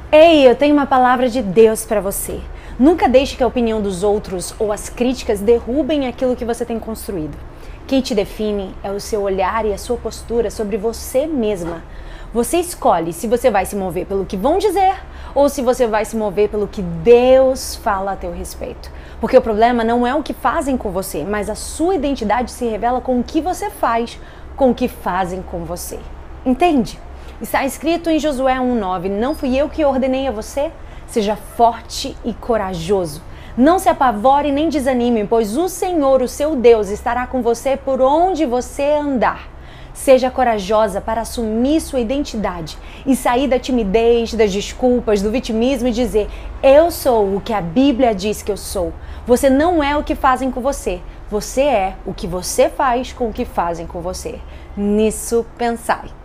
Ei, eu tenho uma palavra de Deus para você. Nunca deixe que a opinião dos outros ou as críticas derrubem aquilo que você tem construído. Quem te define é o seu olhar e a sua postura sobre você mesma. Você escolhe se você vai se mover pelo que vão dizer ou se você vai se mover pelo que Deus fala a teu respeito. Porque o problema não é o que fazem com você, mas a sua identidade se revela com o que você faz, com o que fazem com você. Entende? Está escrito em Josué 1:9, não fui eu que ordenei a você? Seja forte e corajoso. Não se apavore nem desanime, pois o Senhor, o seu Deus, estará com você por onde você andar. Seja corajosa para assumir sua identidade e sair da timidez, das desculpas, do vitimismo e dizer: eu sou o que a Bíblia diz que eu sou. Você não é o que fazem com você. Você é o que você faz com o que fazem com você. Nisso pensai.